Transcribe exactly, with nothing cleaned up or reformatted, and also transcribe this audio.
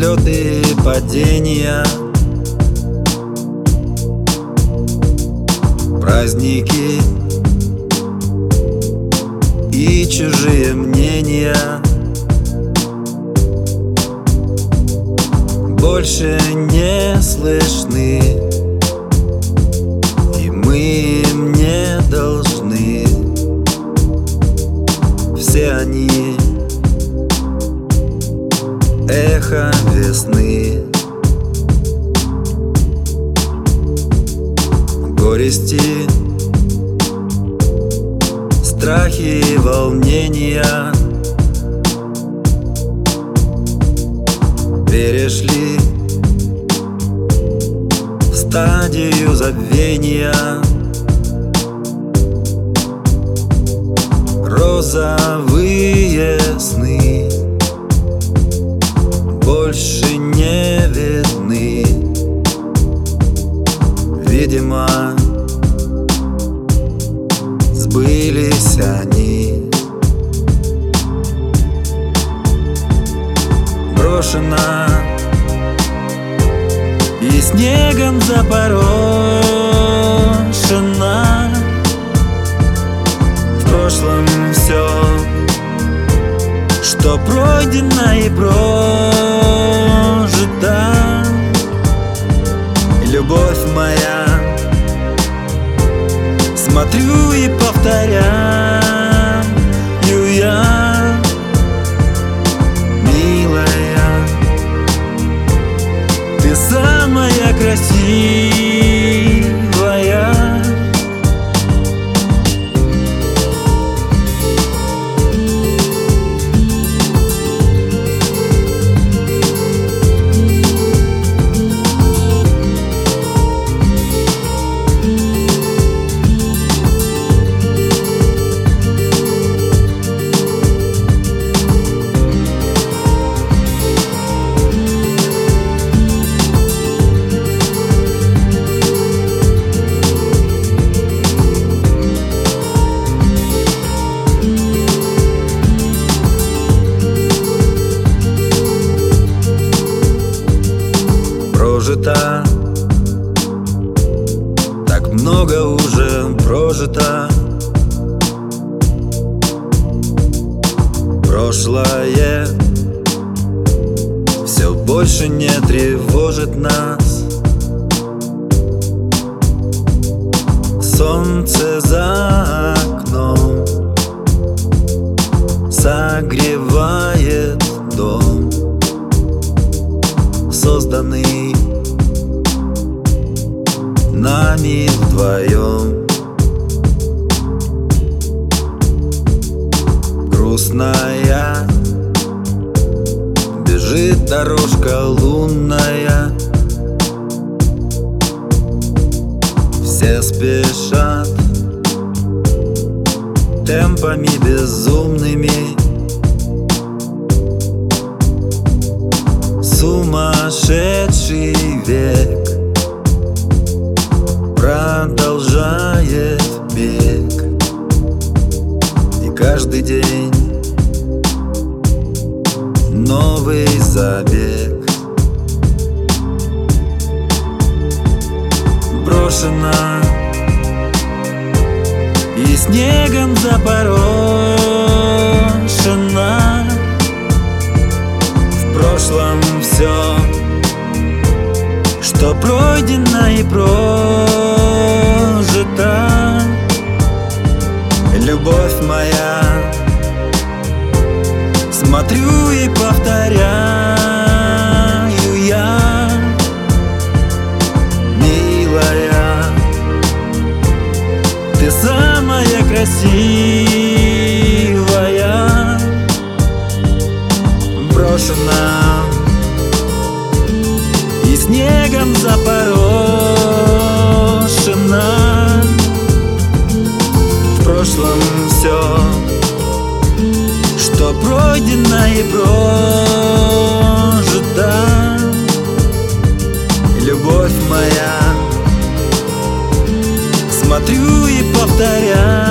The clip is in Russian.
взлеты и падения, праздники и чужие мнения больше не слышны, и мы им не должны. Все они эхо весны, горести, страхи и волнения перешли в стадию забвения. Розовые сны больше не видны. Видимо, сбылись они. Брошена и снегом запорошена. В прошлом все, что пройдено и прожито. Любовь моя, смотрю и повторяю я: милая, ты самая красивая. Прожито, так много уже прожито. Прошлое все больше не тревожит нас. Солнце за окном согревает дом, созданный нами вдвоем. Грустная бежит дорожка лунная, все спешат темпами безумными. Сумасшедший век продолжает бег, и каждый день новый забег. Брошена и снегом запорошена. В прошлом все, что пройдено и прожито. Любовь моя, смотрю и повторяю я: милая, ты самая красивая. Брошена и снегом запорошена. В прошлом все, что пройдено и прожито. Любовь моя, смотрю и повторяю